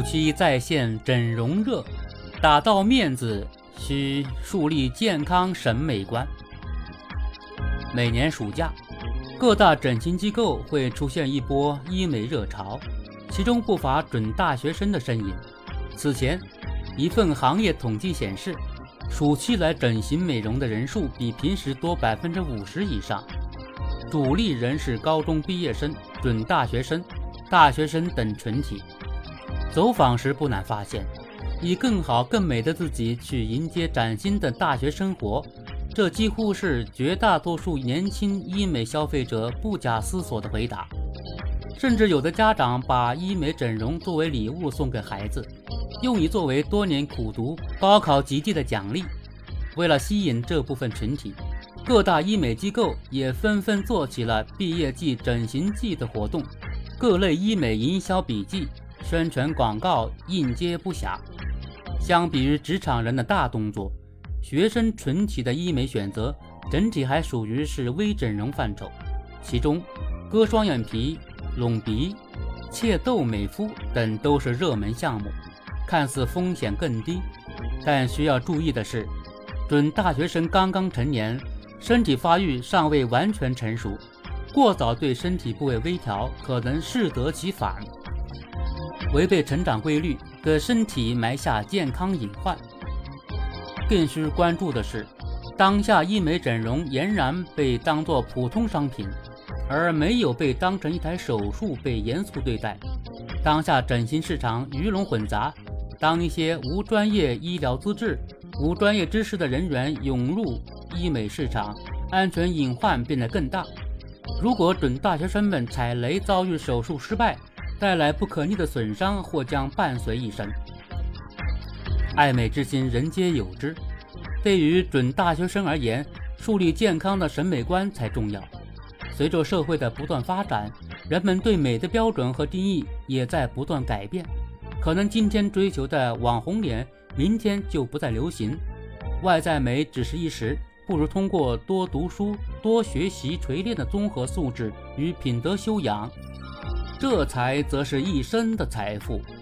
期再现整容热，打造面子需树立健康审美观。每年暑假，各大整形机构会出现一波医美热潮，其中不乏准大学生的身影。此前，一份行业统计显示，暑期来整形美容的人数比平时多50%以上，主力仍是高中毕业生、准大学生、大学生等群体。走访时不难发现，以更好更美的自己去迎接崭新的大学生活，这几乎是绝大多数年轻医美消费者不假思索的回答。甚至有的家长把医美整容作为礼物送给孩子，用以作为多年苦读高考及第的奖励。为了吸引这部分群体，各大医美机构也纷纷做起了毕业季整形季的活动，各类医美营销笔记、宣传广告应接不暇。相比于职场人的大动作，学生群体的医美选择整体还属于是微整容范畴，其中割双眼皮、隆鼻、切痘美肤等都是热门项目，看似风险更低。但需要注意的是，准大学生刚刚成年，身体发育尚未完全成熟，过早对身体部位微调可能适得其反，违背成长规律，给身体埋下健康隐患。更需关注的是，当下医美整容俨然被当作普通商品，而没有被当成一台手术被严肃对待。当下整形市场鱼龙混杂，当一些无专业医疗资质、无专业知识的人员涌入医美市场，安全隐患变得更大。如果准大学生们踩雷遭遇手术失败，带来不可逆的损伤或将伴随一生。爱美之心人皆有之，对于准大学生而言，树立健康的审美观才重要。随着社会的不断发展，人们对美的标准和定义也在不断改变，可能今天追求的网红脸，明天就不再流行。外在美只是一时，不如通过多读书、多学习锤炼的综合素质与品德修养，这才则是一生的财富。